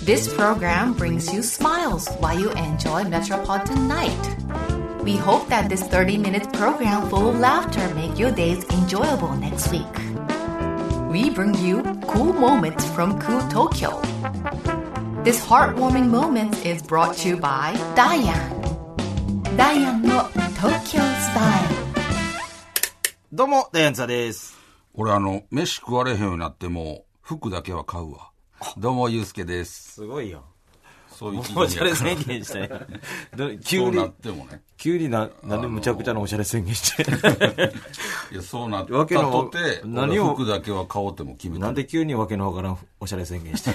This program brings you smiles while you enjoy Metropolitan Night. We hope that this 30-minute program full of laughter make your days enjoyable next week. We bring you cool moments from cool Tokyo. This heartwarming moment is brought to you by Diane. Diane の Tokyo Style。 どうも、ダイアンツァです。 俺飯食われへんようになっても服だけは買うわ。どうも、ゆうすけです。 すごいよ。 そういうおしゃれ宣言したよ。急にそうなってもね。 急になんでむちゃくちゃなおしゃれ宣言して。 いや、そうなったとて、俺服だけは買おうっても決めた。 なんで急にわけのわからんおしゃれ宣言して。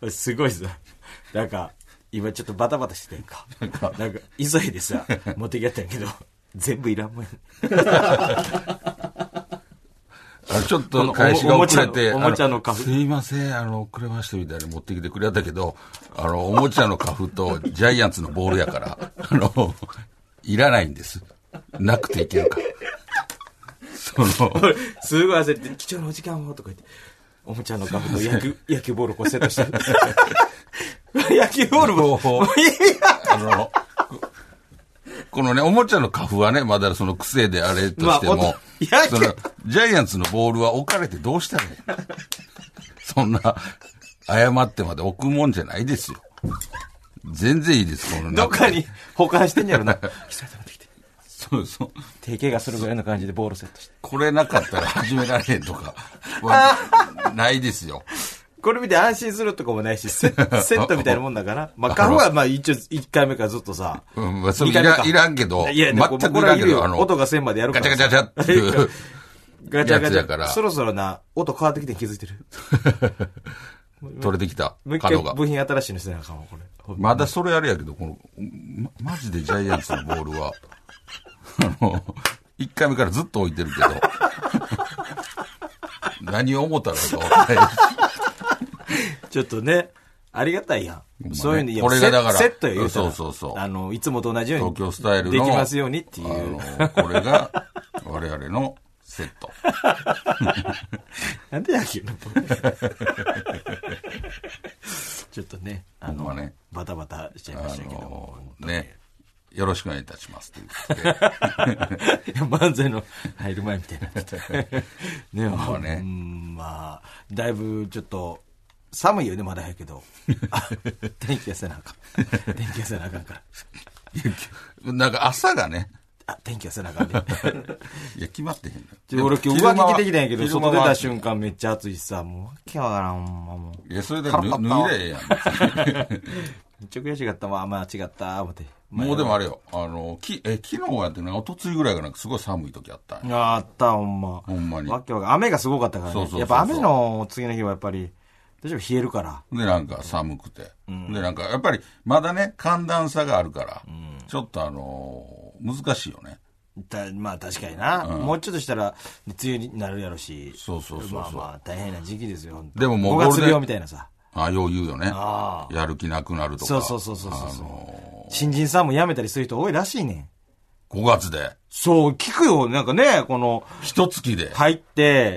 すごいさ。なんか、今ちょっとバタバタしてんか。なんか、急いでさ、持ってきやったんやけど、全部いらんもん。 ちょっと返しが遅れて、 おもちゃのカフ。 すいません、くれましたみたいに持ってきてくれたけど、おもちゃのカフとジャイアンツのボールやから、いらないんです。なくていけるから。 すごい焦って、貴重なお時間をとか言って、おもちゃのカフと野球ボールをこうセットしてる。野球ボールも、 このね、おもちゃのカフはね、まだその癖であれとしても、ジャイアンツのボールは置かれてどうしたらいいそんな、謝ってまで置くもんじゃないですよ。全然いいです、このどっかに保管してんやろな。 そうそう。 定型がするぐらいの感じでボールセットして。 これなかったら始められへんとかはないですよ。 これ見て安心するとかもないし、セットみたいなもんだから。まあ、カフはまあ一応1回目からずっとさ。 まあ、それいらんけど、全くいらんけど、 音が線までやるから。 ガチャガチャガチャっていう。 ガチャガチャ。そろそろな、音変わってきて気づいてる。 取れてきた。 もう一回部品新しいのしてなあかんわ、これ。 まだそれあれやけど、マジでジャイアンツのボールは、1回目からずっと置いてるけど、何を思ったらか分からない。 ちょっとね、ありがたいやん。そういうの、 これがだから、 セットよ、言うたら。 そう。 いつもと同じように。 東京スタイルの。 できますようにっていう。 これが、我々のセット。 なんで野球のちょっとね、バタバタしちゃいましたけど。 ね。よろしくお願いいたしますという漫才の入る前みたいな。 ね。 まあ、だいぶちょっと、寒いよね、まだやけど。天気やせなあかん。天気やせなあかんから。 なんか朝がね。 天気やせなあかんね。 いや、決まってへんの。俺今日上着着てきたんやけど、外出た瞬間めっちゃ暑いしさ、もうわけわからん、もう。 いや、それだけ脱いだらええやん。 めっちゃ悔しかった。まあ間違った、思って。 もうでもあれよ、昨日やってね、おとついぐらいがなんかすごい寒い時あったんや。 あった、ほんま。 ほんまに。 わけわからん。雨がすごかったからね。やっぱ雨の次の日はやっぱり、どうしても冷えるから。 で、なんか寒くて。で、なんかやっぱりまだね、寒暖差があるから、ちょっと難しいよね。 まあ確かにな。もうちょっとしたら、梅雨になるやろし。 そう。 まあまあ大変な時期ですよ。 でももう 5月病みたいなさ。 よう言うよね。やる気なくなるとか。 そう。新人さんも辞めたりする人多いらしいねん。5月で。 そう、聞くよ。なんかね、この。 一月で。 入って、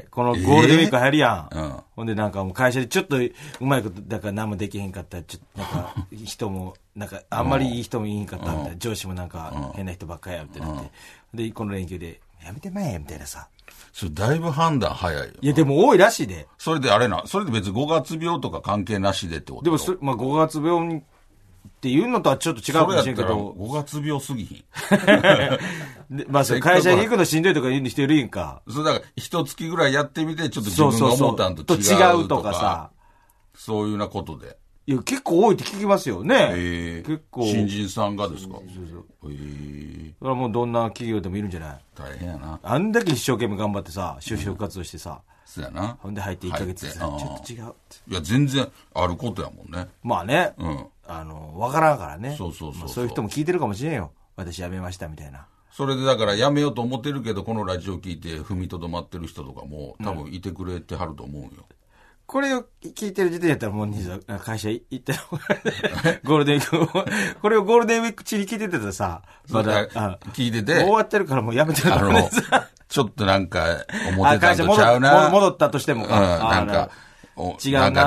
このゴールデンウィーク入るやん。ほんでなんかもう会社でちょっとうまいこと、だから何もできへんかったら、ちょっとなんか人も、なんかあんまりいい人もいいんかったみたいな。上司もなんか変な人ばっかりやってなって。で、この連休で、やめてまえみたいなさ。 それだいぶ判断早いよ。 いやでも多いらしいで。 それであれな、それで別に5月病とか関係なしでってことでもまあ5月病に、っていうのとはちょっと違うかもしれんけど。 5月病すぎひん。 まあそれ会社に行くのしんどいとか言う人いるんか。 そうだから一月ぐらいやってみて、ちょっと自分が思ったんと違うとかさ。そういうようなことで。 いや結構多いって聞きますよね。結構。 新人さんがですか。 それはもうどんな企業でもいるんじゃない。 大変やな。 あんだけ一生懸命頑張ってさ、就職活動してさ。 そうやな。 ほんで入って1ヶ月でさ、ちょっと違う。 いや全然あることやもんね。 まあね。わからんからね。 そう。 そういう人も聞いてるかもしれんよ。私辞めましたみたいな。 それでだから辞めようと思ってるけど、このラジオ聞いて踏みとどまってる人とかも多分いてくれてはると思うよ。 これを聞いてる時点やったらもう会社行ってるゴールデンウィーク、これをゴールデンウィーク中に聞いててたさ、まだ、 聞いてて、 終わってるからもうやめてるからね。 ちょっとなんか、思ってたんとちゃうな。 戻ったとしてもなんか、 違うな。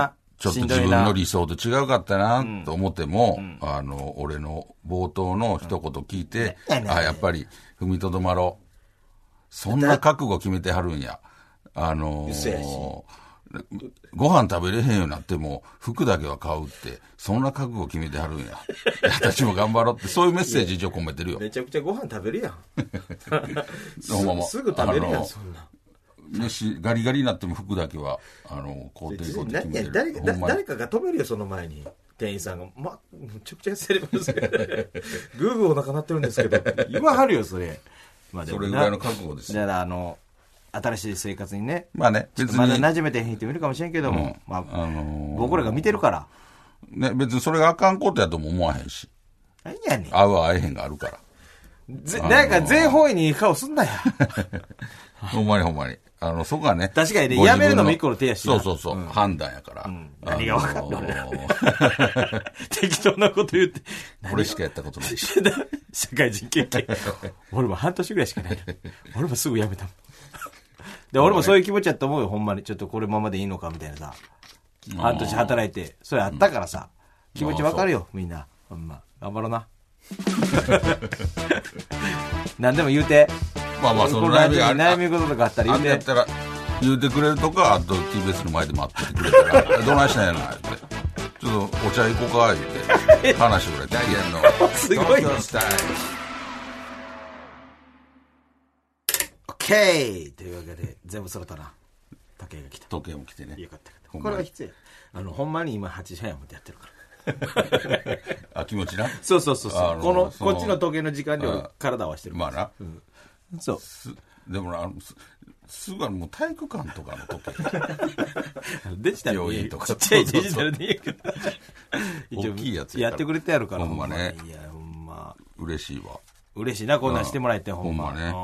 ちょっと自分の理想と違うかったなと思っても、俺の冒頭の一言聞いて、やっぱり踏みとどまろう。そんな覚悟決めてはるんや。ご飯食べれへんようになっても服だけは買うって、そんな覚悟決めてはるんや。私も頑張ろうって、そういうメッセージ一応込めてるよ。 めちゃくちゃご飯食べるやん。すぐ食べるやん、そんな。 飯ガリガリになっても服だけは工程決めてる。 誰かが止めるよ、その前に。店員さんが、むちゃくちゃセレブですけど、グーグーお腹鳴ってるんですけど、言わはるよ、それ。 まあ、それぐらいの覚悟ですよ。 だから新しい生活にね、 まあね、 別にまだ馴染めてへん人もいるかもしれんけども、僕らが見てるから。 ね、別にそれがあかんことやとも思わへんし。 何やねん。 合う合えへんがあるから。 なんか全方位にいい顔すんなや。 ほんまにほんまに。そこはね。 確かにね、やめるのも一個の手やしな。 そう、判断やから。 何が分かんない。適当なこと言って。 これしかやったことないし。 社会人経験。俺も半年ぐらいしかない。俺もすぐやめたもん。で、俺もそういう気持ちやと思うよ、ほんまに。ちょっとこれままでいいのかみたいなさ。半年働いて、それあったからさ。気持ちわかるよ、みんな。ほんま。頑張ろうな。何でも言うて。 まあその悩み事とかあったら言うて。 やったら言うてくれるとか、あと TBS の前で待っててくれたら、どないしたんやなって。ちょっとお茶行こうか、言って。話してくれて。 すごい。オッケーというわけで、全部揃ったな。時計が来た。 時計も来てね。 よかった。これは必要や。ほんまに今8時半までやってるから。 気持ちな。 そう。こっちの時計の時間で体を合わせてる。 まあな。 そう。 でもな、すぐもう体育館とかの時計。 デジタル病院とか。 ちっちゃいデジタルでいいけど。 大きいやつやってくれてやるから。 ほんまね。 いや、ほんま。 嬉しいわ。 嬉しいな、こんなんしてもらえて、ほんまね。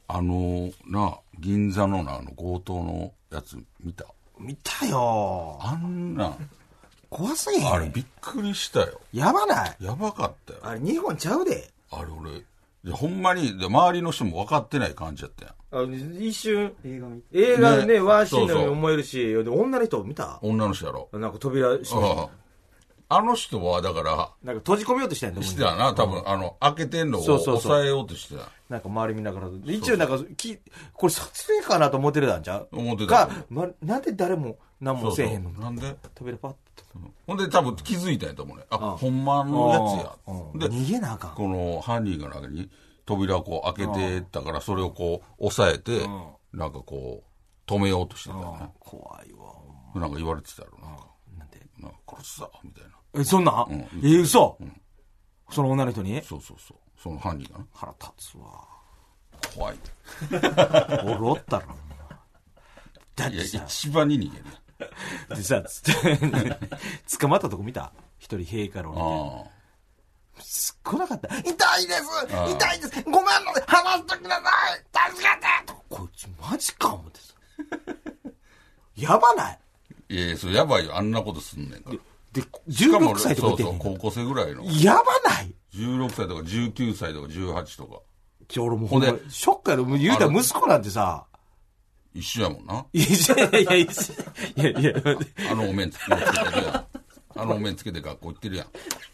銀座の強盗のやつ見たよ。 あんな。 怖すぎへん。 あれびっくりしたよ。 やばない？ やばかったよ。 あれ日本ちゃうで。 あれ俺、ほんまに、周りの人も分かってない感じやったやん。 一瞬、映画ね、ワーシーンのように思えるし、女の人見た？ 女の人やろ。 なんか扉閉めて。 あの人は、だから、 なんか閉じ込めようとしてんの？ してたな、多分、開けてんのを抑えようとしてた。 なんか周り見ながら、一応なんか、これ撮影かなと思ってたんちゃう？ 思ってた。 なんで誰も何もせえへんの？ なんで扉パッと。 ほんで多分気づいたんやと思うね。ほんまのやつや。 で、逃げなあかん。 この犯人が中に扉をこう開けてたから、それをこう押さえて、なんかこう、止めようとしてたよね。 怖いわ。 なんか言われてたやろ、 なんで？ 殺すぞみたいな。 そんな？嘘？その女の人に？ そう。その犯人がな。 腹立つわ。 怖い。 おったろ。 いや、一番に逃げる。 でさ、捕まったとこ見た？一人塀から降りて。すっごなかった。痛いですごめんなさい離してください助けてこいつマジか思ってさ。やばない？ いや、それやばいよ。あんなことすんねんから。 で、16歳とか言ってんねん。 高校生ぐらいの。 やばない？ 16歳とか19歳とか18とか。 俺もほんで、ショックやろ。言うたら息子なんてさ、 一緒やもんな。 いや。 お面つけてるやん。お面つけて学校行ってるやん。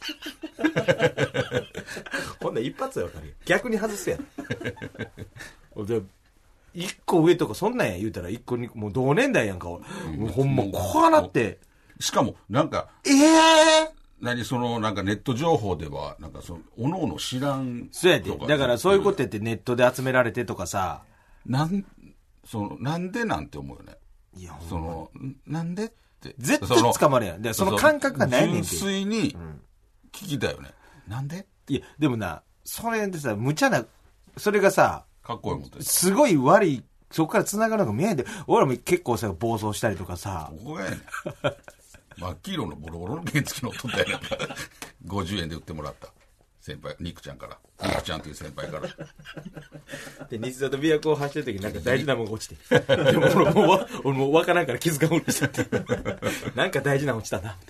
ほんなら一発やわかるよ。逆に外すやん。一個上とかそんなんや言うたら一個にもう同年代やんか。もうほんまこうなって。 しかもなんか、なんかネット情報では、なんかおのおの知らん。 そうやで。だからそういうことやってネットで集められてとかさ。 なんでなんて思うよね。 いや、 なんでって。 絶対捕まるやん。で、その感覚がないねんて。 純粋に聞きたよね。なんで？ いや、でもな、それでさ、無茶な、それがさ、 かっこいいもんね。 すごい悪い、そこから繋がるのが見えないで、俺らも結構さ、暴走したりとかさ。 ここがやねん。真っ黄色のボロボロの原付の取ったやんか。50円で売ってもらった。先輩、ニクちゃんから。ニクちゃんっていう先輩から。 で、西里琵琶湖を走ってる時になんか大事なもんが落ちて。でも俺もう分からんから気づかんふりしちゃって。なんか大事なもん落ちたな。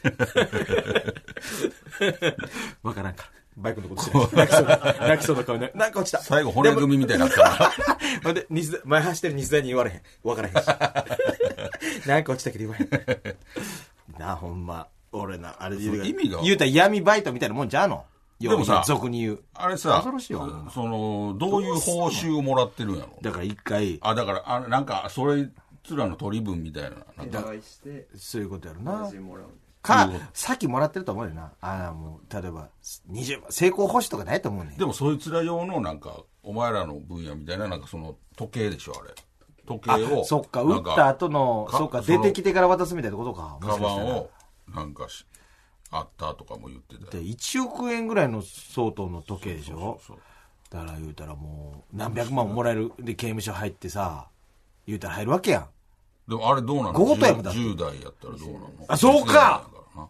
分からんから。バイクのことしてない。泣きそうな顔で。なんか落ちた。 最後骨組みみたいになったな。 ほんで、前走ってる西田に言われへん。分からへんし。なんか落ちたけど言わへん。 な、ほんま。俺な、あれ意味が言うたら闇バイトみたいなもんじゃうの。 でもさ、 俗に言う。 あれさ、 恐ろしいよ。 どういう報酬をもらってるんやろ。 だから一回。 だから、なんか、それつらの取り分みたいな。 手配して、 そういうことやろな。 もらう。 さっきもらってると思うよな。もう、例えば、20万、成功報酬とかないと思うねん。 でも、そいつら用の、なんか、お前らの分野みたいな、なんかその、時計でしょ、あれ。時計を。 そっか、打った後の、そっか、出てきてから渡すみたいなことか。 カバンを、なんかあったとかも言ってた。 1億円ぐらいの相当の時計でしょ。だから言うたらもう、何百万ももらえる。で、刑務所入ってさ、言うたら入るわけやん。 でもあれどうなの？ 強盗やもんだって。 10代やったらどうなの？ あ、そうか！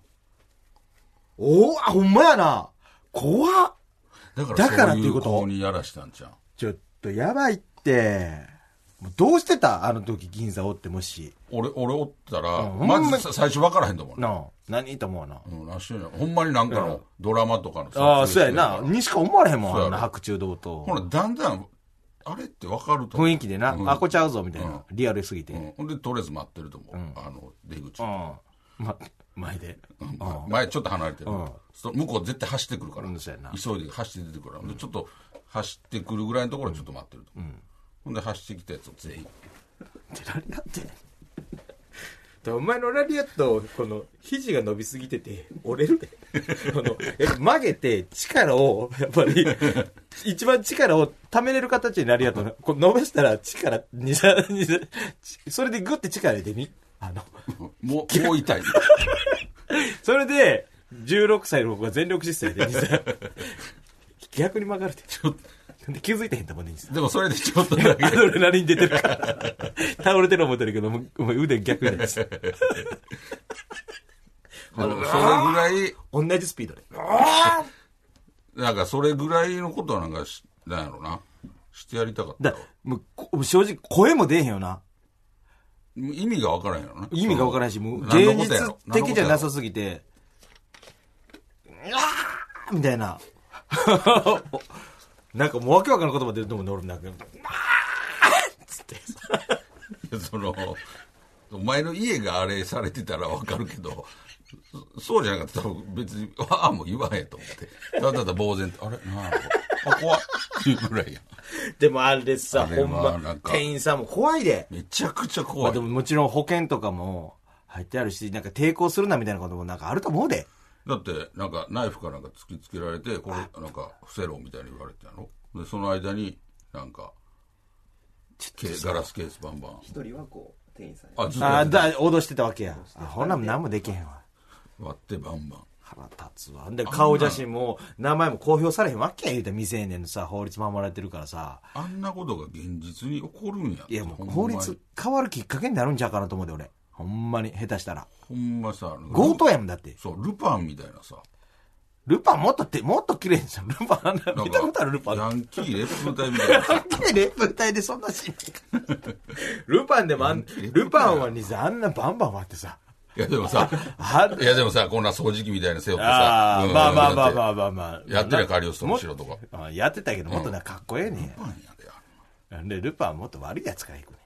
ほんまやな。怖っ。 だからっていうこと。にやらしたんちゃう？ ちょっとやばいって。どうしてたあの時銀座おってもし。 俺おったら、まず最初分からへんと思うな。何と思うな。 何してんの？ほんまになんかのドラマとかのああ、そうやな。にしか思われへんもん、あんな白昼堂々。 ほら、だんだん、あれって分かると雰囲気でな、あこちゃうぞみたいな、リアルすぎて。 ほんで、とりあえず待ってると思う。出口。 前で。 前ちょっと離れてる。向こう絶対走ってくるから。急いで走って出てくるから。ちょっと走ってくるぐらいのところでちょっと待ってると。ほんで走ってきたやつを全員。 ラリアってお前のラリアット、この肘が伸びすぎてて折れるで。曲げて力をやっぱり一番力をためれる形にラリアットこう伸ばしたら力それでグッて力入れてみもう痛い。 それで16歳の子が全力疾走で逆に曲がるってちょっと。気づいてへんと思うねん。 でもそれでちょっとだけ。 俺何に出てるから。倒れてる思ってるけど、お前腕逆なんです。 それぐらい。 同じスピードで。 なんかそれぐらいのことはなんか、なんやろな。してやりたかった。 もう正直声も出えへんよな。 意味がわからへんよな。 意味がわからへんし、もう現実的じゃなさすぎて、みたいな。なんかもうわけわからん言葉出ると思うね、俺なんか。つって。 お前の家があれされてたらわかるけど、そうじゃなかったら多分別に、もう言わへんと思って。ただ呆然と、あれ怖っっていうぐらいや。 でもあれさ、ほんま、店員さんも怖いで。 めちゃくちゃ怖い。 でももちろん保険とかも入ってあるし、なんか抵抗するなみたいなこともなんかあると思うで。 だって、なんか、ナイフかなんか突きつけられて、これ、なんか、伏せろみたいに言われてたの。で、その間に、なんか、ガラスケースバンバン。 一人はこう、店員さん脅してたわけや。ほんなも何もできへんわ。 割ってバンバン。 腹立つわ。で、顔写真も、名前も公表されへんわけや、言うて未成年のさ、法律守られてるからさ。 あんなことが現実に起こるんや。 いや、もう法律変わるきっかけになるんちゃうかなと思うで、俺。ほんまに、下手したら。 ほんまさ、 強盗やもんだって。 そう、ルパンみたいなさ。 ルパンもっと綺麗じゃん。ルパン、見たことあるルパン。 ヤンキーレップ隊みたいな。 ヤンキーレップ隊でそんなシーン。ルパンでもルパンはにさ、あんなバンバン割ってさ。 いやでもさ、こんな掃除機みたいな背負ってさ。 まあ。 やってるカリオストの後ろとか。 やってたけど、もっとかっこええねん。 ルパンやで、 で、ルパンはもっと悪いやつから行くね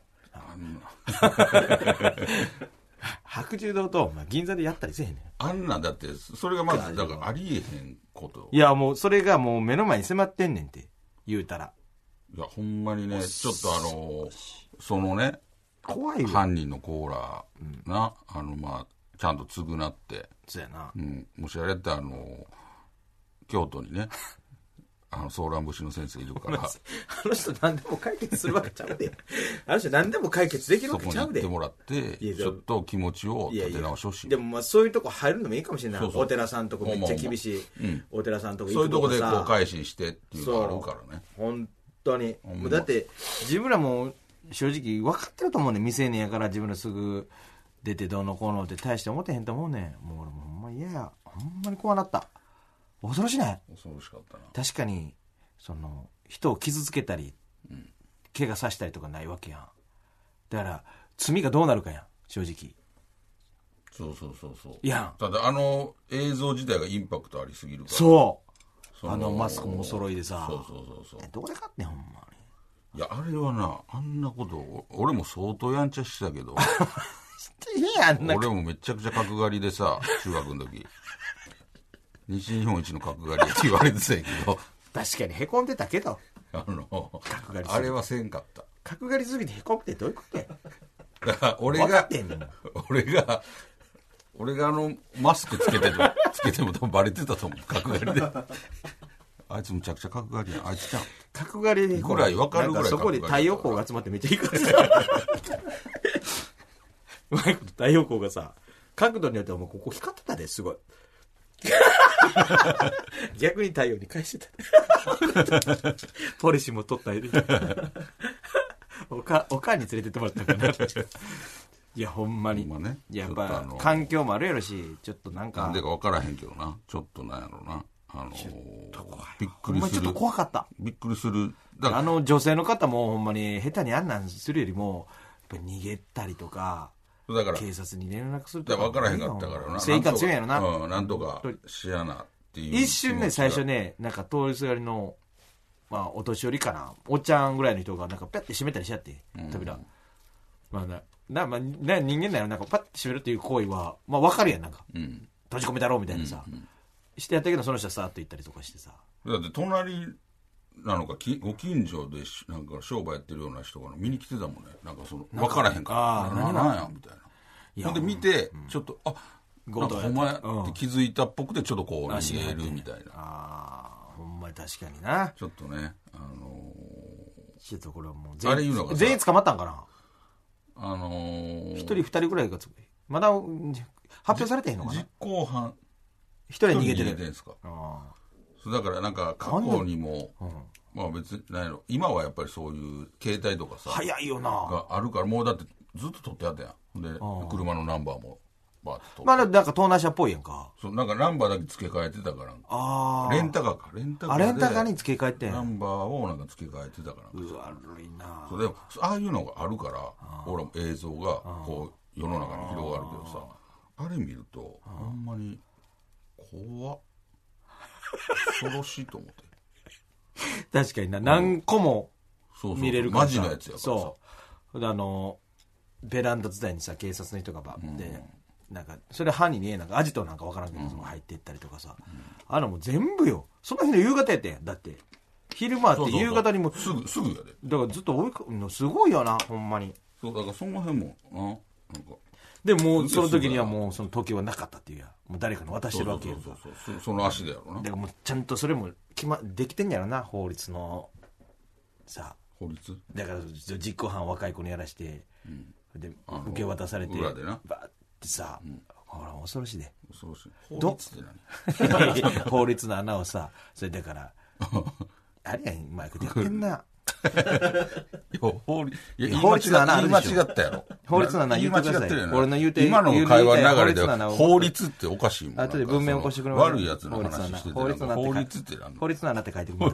白昼堂と銀座でやったりせえへんねん。 あんなんだって、それがまず、だからありえへんこと。 いや、もうそれがもう目の前に迫ってんねんって、言うたら。 いや、ほんまにね、ちょっとそのね、 怖いよ。 犯人のコーラな、ちゃんと償って。 そうやな。 もしあれやったら京都にね、ソーラン節の先生いるから。 あの人何でも解決するわけちゃうで。あの人何でも解決できるわけちゃうで。 そこに行ってもらって、ちょっと気持ちを立て直してほしい。 でもそういうとこ入るのもいいかもしれない。お寺さんとこめっちゃ厳しい。お寺さんとこ行くとかさ。 そういうとこでこう改心してっていうのがあるからね。 本当に。だって自分らも正直分かってると思うね。未成年やから自分らすぐ出てどうのこうのって大して思ってへんと思うね。もう俺もほんま嫌や。ほんまに怖なった。恐ろしいね。 恐ろしかったな。 確かに人を傷つけたり、怪我させたりとかないわけやん。だから罪がどうなるかやん、正直。 そういやん。 ただ映像自体がインパクトありすぎるから。 そうマスクもお揃いでさ。 そうどれかってほんまに。 いや、あれはな、あんなこと俺も相当やんちゃしてたけど。 知ってやんな。 俺もめちゃくちゃ角刈りでさ、中学の時。西日本一の角刈りって言われてたんやけど。 確かに凹んでたけど。 角刈りあれはせんかった。 角刈りすぎて凹むってどういうことや。 だから俺がマスクつけても多分バレてたと思う。角刈りで。あいつむちゃくちゃ角刈りやん。あいつちゃん。 角刈りぐらい分かるぐらい。 そこで太陽光が集まってめっちゃいいからさ。うまいこと太陽光がさ、角度によってはもうここ光ってたで、すごい。逆に太陽に返してた。ポリシーも取ったりで。おかんに連れてってもらったかな。いや、ほんまに。 ね、 やっぱ、環境もあるやろし、ちょっとなんか。 なんでか分からへんけどな。ちょっとなんやろな。びっくりする。 ちょっと怖かった。 びっくりする。 女性の方もほんまに下手にあんなんするよりも、やっぱ逃げたりとか、 だから警察に連絡するとか。 分からへんかったからな。 正義感強いんやろな。 なんとかしやなっていう。 一瞬ね、最初ね、なんか通りすがりの、まあ、お年寄りかな。おっちゃんぐらいの人が、なんか、ペッて閉めたりしちゃって、扉。まあ人間だよ。なんか、パッて閉めるっていう行為は、まあ、わかるやん、なんか。閉じ込めだろうみたいなさ。してやったけど、その人はさーっと行ったりとかしてさ。 だって、隣なのか、ご近所で、なんか、商売やってるような人が見に来てたもんね。なんか、わからへんから。なんやみたいな。ほんで、見て、ちょっと、なんか、ほんまやって気づいたっぽくて、ちょっとこう、逃げるみたいな。 ほんまに確かにな。 ちょっとね、 ちょっとこれはもう全員捕まったんかな。一人二人ぐらいがまだ発表されてへんのかな。 実行犯一人逃げてるんですか。だからなんか過去にも、まあ別に何やろ、今はやっぱりそういう携帯とかさ早いよながあるから、もうだってずっと撮ってあったやん。で車のナンバーもまあなんか盗難車っぽいやんか。 そう、なんかナンバーだけ付け替えてたから。レンタカーレンタカーに付け替えてん。 ナンバーをなんか付け替えてたから。 悪いな。 そうでもああいうのがあるから、俺も映像がこう世の中に広がるけどさ、あれ見るとほんまに怖っ、恐ろしいと思って。 確かにな、何個も見れるから。 マジなやつやからさ。 そうベランダ伝いにさ、警察の人がバッて、なんかそれ犯人になんかアジトなんか分からんけど、入っていったりとかさ、もう全部よ。その日の夕方やってん。だって昼間って夕方にもすぐやで。 だからずっと追いかすごいよな、ほんまに。 そうだからその辺もなんかでもうその時にはもうその時はなかったっていうや、もう誰かに渡してるわけやんか。 その足でやろうな。 だからもうちゃんとそれもできてんやろな、法律のさ。 法律だから実行犯若い子にやらして、で受け渡されて裏でなバーってさ、ほら恐ろしいで。 恐ろしい。法律って何？法律の穴をさ、それだからあれやん、うまいことやってんな。 法律の穴あるでしょ。言い間違ったやろ。 法律の穴言ってください。俺の言うて今の会話の流れで法律っておかしいもん。 後で文面起こしてくれ。 悪いやつの話してて、法律って法律の穴って書いてくれ。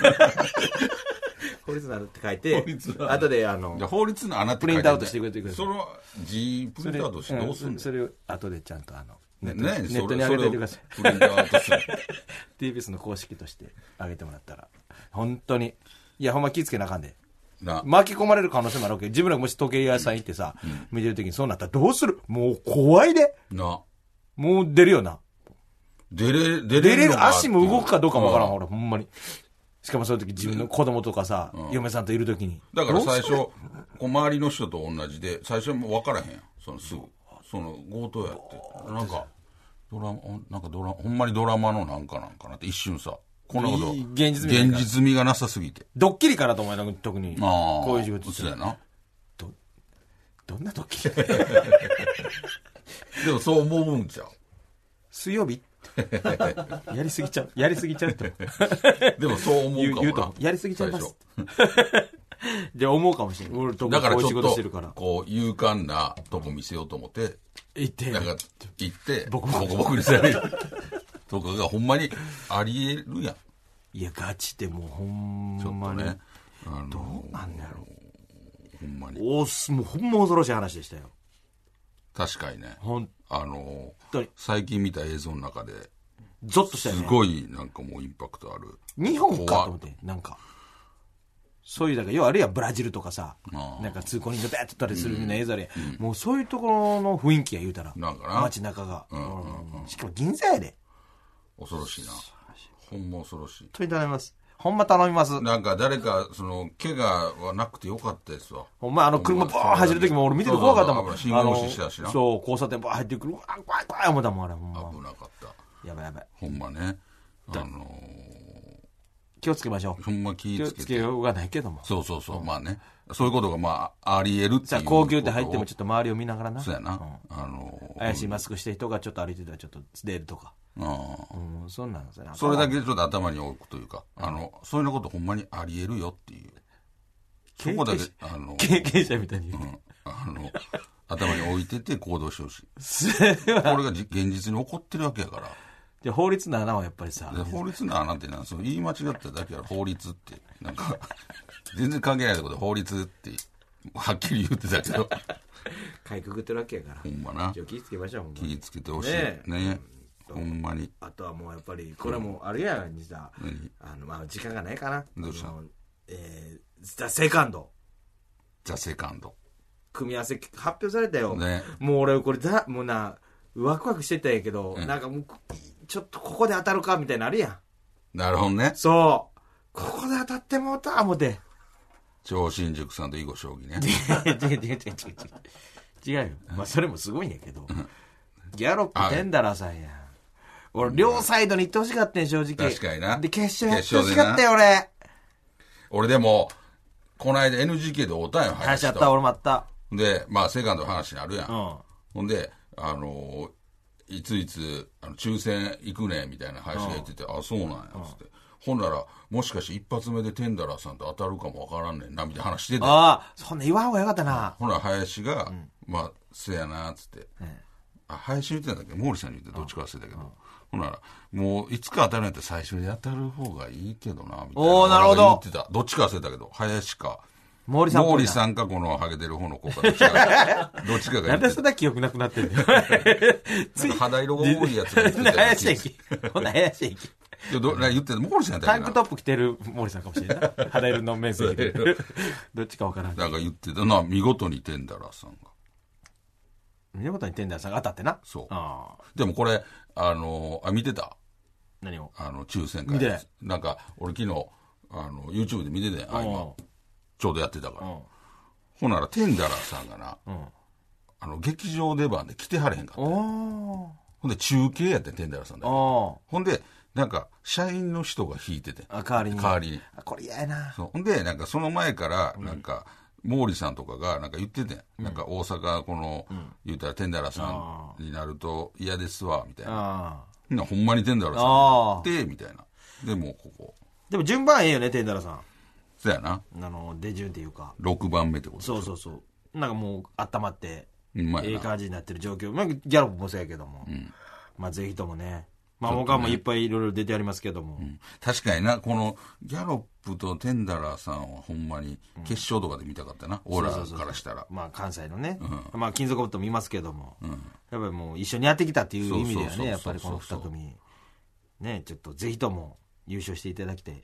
法律の穴って書いて、後で法律の穴ってプリントアウトしてくれてください。 その字プリントアウトしてどうすんの？ それを後でちゃんとネットに上げておいてください。 プリントアウトする。 TBS の公式として上げてもらったら本当に、いやほんま気ぃつけなあかんで。巻き込まれる可能性もあるわけ。自分らがもし時計屋さん行ってさ、見てる時にそうなったらどうする？もう怖いで。もう出るよな。 出れる。 足も動くかどうかもわからん、俺ほんまに。しかもそういう時自分の子供とかさ、嫁さんといる時に。 だから最初周りの人と同じで、最初はもう分からへんやん。すぐ強盗やってなんかほんまにドラマのなんかなって一瞬さ、こんなこと現実味がなさすぎてドッキリからと思うよ、特にこういう仕事そうやな。 どんなドッキリでもそう思うんちゃう？ 水曜日やりすぎちゃうとでもそう思うかもな。 言うとやりすぎちゃいますじゃあ思うかもしれない。俺だからちょっとこう勇敢なとこ見せようと思って行ってボコボコにされるとかがほんまにありえるやん。 いやガチでもうほんまに、ね、どうなんだろう、 ほんまにもうほんま恐ろしい話でしたよ。 確かにね。最近見た映像の中でゾッとしたよね。 すごいなんかもうインパクトある。 日本かと思って、なんかそういう、だから、要はあるいはブラジルとかさ、なんか通行人がバーッとったりするみたいな映像で、もうそういうところの雰囲気や言うたら、 なんかな街中が。しかも銀座やで。 恐ろしいな。ほんま恐ろしい。 本当に頼みます。ほんま頼みます。 なんか誰か、怪我はなくてよかったですわ。 ほんま、車バーン走るときも俺見てて怖かったもん。 信号無視したしな。 そう、交差点バーン入ってくる。うわ、怖い怖い思ったもん、あれ。ほんま。 危なかった。 やばいやばい。 ほんまね。 気をつけましょう。 ほんま気をつけようがないけども。 そうそうそう。まあね。そういうことがまあ、あり得るっていう。 高級って入ってもちょっと周りを見ながらな。 そうやな。 怪しいマスクしてる人がちょっと歩いてたらちょっと出るとか。そんなんですね。 それだけちょっと頭に置くというか、そういうことほんまにあり得るよっていう。そこだけ、 経験者みたいに。 頭に置いてて行動してほしい。これが現実に起こってるわけやから。 で、法律の穴はやっぱりさ。 法律の穴ってその言い間違っただけや法律って、なんか、全然関係ないところで法律って、はっきり言ってたけど。 かいくぐってるわけやから。 ほんまな。 気をつけましょう、ほんまに。気つけてほしい。ね。ほんまに。 あとはもうやっぱり、これもあるやんにさ、まあ時間がないかな。 どうしたザ・セカンド。 ザ・セカンド。 組み合わせ発表されたよ。 ね。 もう俺これもうな、ワクワクしてたんやけど、なんかもう、ちょっとここで当たるかみたいなのあるやん。 なるほどね。 そう。ここで当たってもうた思て。 超新塾さんと囲碁将棋ね。 違うよ。まあそれもすごいんやけど。ギャロップテンダラーさんや。俺両サイドに行ってほしかったん正直。 確かにな。 で決勝やってほしかったよ俺。 俺でも、この間 NGK で会うたんよ、 話しちゃった、俺もあった。 で、まあセカンドの話になるやん。ほんで、いついつ抽選行くねみたいな林が言ってて、あ、そうなんやつって、ほんならもしかして一発目でテンダラーさんと当たるかもわからんねんなみたいな話してて、 ああそんな言わんほうがよかったな。 ほんなら林が、まあせやなっつって、林に言ってたんだっけ、毛利さんに言ってどっちか忘れたけど、ほんならもういつか当たるんやったら最初で当たる方がいいけどなみたいな。 おー、なるほど。 言ってた。どっちか忘れたけど、林か毛利さんかこのハゲてる方の子かどっちかが言ってた。 なんでそんな記憶なくなってんだよ。 肌色が多いやつが言ってた。 怪しいき。ほんな怪しいき。 言ってた。毛利さんやったタンクトップ着てる毛利さんかもしれんない。肌色の面積で。どっちかわからん。 なんか言ってたな、見事にテンダラーさんが。 見事にテンダラーさんが当たってな。 そう。でもこれ、見てた？ 何を？ 抽選会。見て。なんか、俺昨日、YouTube で見てて、今。ちょうどやってたから。ほんなら、テンダラーさんがな、劇場出番で来てはれへんかった。ほんで、中継やってテンダラーさんだけ。ほんで、なんか、社員の人が弾いてて。 代わりに。これ嫌やな。 ほんで、なんかその前から、なんか、毛利さんとかがなんか言ってて、なんか大阪この、言うたらテンダラーさんになると嫌ですわ、みたいな。ほんまにテンダラーさんって、みたいな。でも、ここ。 でも順番ええよね、テンダラーさん。 そうやな。 出順っていうか。 6番目ってことそうそうそう。なんかもう、温まって、ええ感じになってる状況。まあ、ギャロップもそうやけども。まあ、ぜひともね。まあ、他もいっぱいいろいろ出てありますけども。 確かにな、この、ギャロップとテンダラーさんはほんまに、決勝とかで見たかったな。オーラからしたら。 まあ、関西のね。まあ、金属バットもいますけども。やっぱりもう、一緒にやってきたっていう意味ではね、やっぱりこの2組。ね、ちょっとぜひとも優勝していただきたい。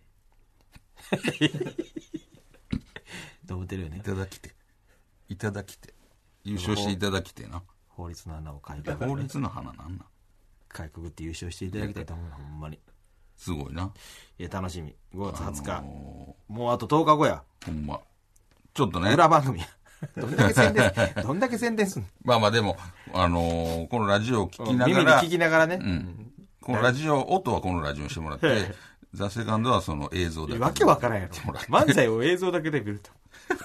どう打てるよね。 いただきて。優勝していただきてな。 法律の穴をかいて。 法律の花なんなんかいくぐって優勝していただきたいと思う。ほんまに。 すごいな。 いや、楽しみ。5月20日。もうあと10日後や。 ほんま。ちょっとね。 裏番組や。どんだけ宣伝すんの？ まあまあでも、このラジオを聞きながら。 耳で聞きながらね。 このラジオ、音はこのラジオにしてもらって、ザ・セカンドはその映像だけ。 わけわからんやろ。漫才を映像だけで見ると。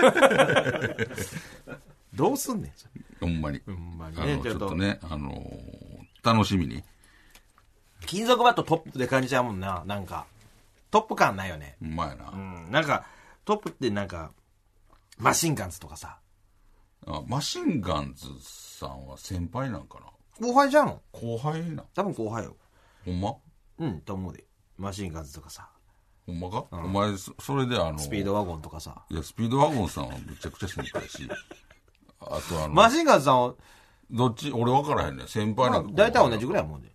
どうすんねん。 ほんまに。 ほんまにね。 ちょっとね、楽しみに。 金属バットトップで感じちゃうもんな。なんか、トップ感ないよね。 うまいな。 なんか、トップってなんか、マシンガンズとかさ。 マシンガンズさんは先輩なんかな？ 後輩じゃんの？ 後輩な。 多分後輩よ。 ほんま？ と思うで。マシンガンズとかさ。 ほんまか？お前、それでスピードワゴンとかさ。 いや、スピードワゴンさんはめちゃくちゃ先輩やし。あとマシンガンズさんは、 どっち俺分からへんねん。先輩なんか。 大体同じぐらいやもんね。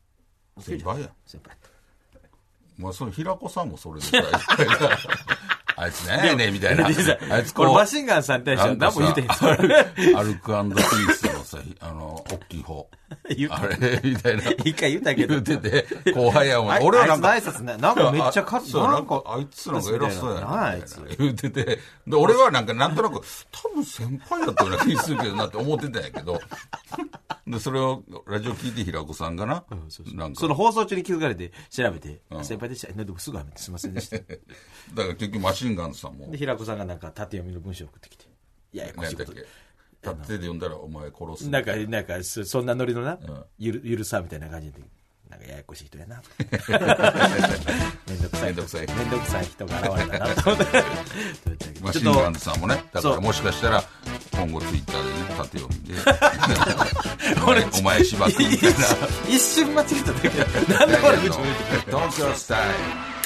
先輩や。 先輩。 まあ、その平子さんもそれぐらい。 あいつねみたいな。あいつこれマシンガンさんに対しては何も言うてへんすよ。 アルク&ピースのさ、大きい方。あれみたいな。 一回言ったけど。 言うてて、後輩やもん。俺はなんか。 挨拶ね。なんかめっちゃ勝つよ。 なんか、あいつなんか偉そうやな。言うてて。で、俺はなんとなく、多分先輩だったような気するけどなって思ってたんやけど。で、それをラジオ聞いて平子さんがな。 なんかその放送中に気づかれて調べて、先輩でした。でもすぐはめてすいませんでした。だから結局マシンガンズさんも。 で、平子さんがなんか縦読みの文章を送ってきて。いやいや、こしいことで。 縦で読んだらお前殺す。 なんか、そんなノリのな、ゆるさみたいな感じで。なんかややこしい人やな。めんどくさい人が現れたなと思って。 マシンガンズさんもね、だからもしかしたら、今後ツイッターでね、縦読みで。お前芝君みたいな。 一瞬間違えただけだ。なんでこれ口も言ってくる。 東京スタイル。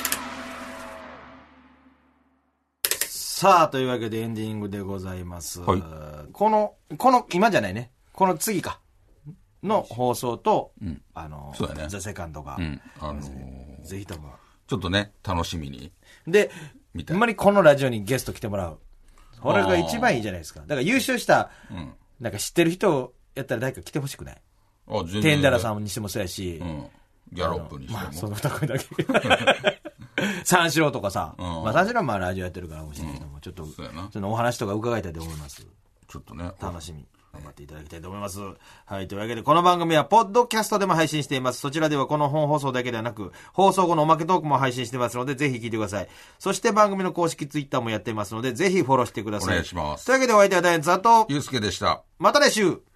さあ、というわけでエンディングでございます。 はい、 この、今じゃないね。この次か。の放送と、 そうだね。 ザ・セカンドが、ぜひとも。 ちょっとね、楽しみに。 で、ほんまにこのラジオにゲスト来てもらう。これが一番いいじゃないですか。だから優勝した、なんか知ってる人やったら誰か来てほしくない？テンダラさんにしてもそうやし、 ギャロップにしても。 まあ、その二声だけ。三四郎とかさ、まあ三四郎はまあラジオやってるからかもしれないけども、ちょっと、そのお話とか伺いたいと思います。 ちょっとね。 楽しみ。頑張っていただきたいと思います。はい。というわけで、この番組は、ポッドキャストでも配信しています。そちらでは、この本放送だけではなく、放送後のおまけトークも配信してますので、ぜひ聞いてください。そして、番組の公式ツイッターもやってますので、ぜひフォローしてください。 お願いします。 というわけで、お相手はダイアンツ佐藤ゆうすけでした。 また来週。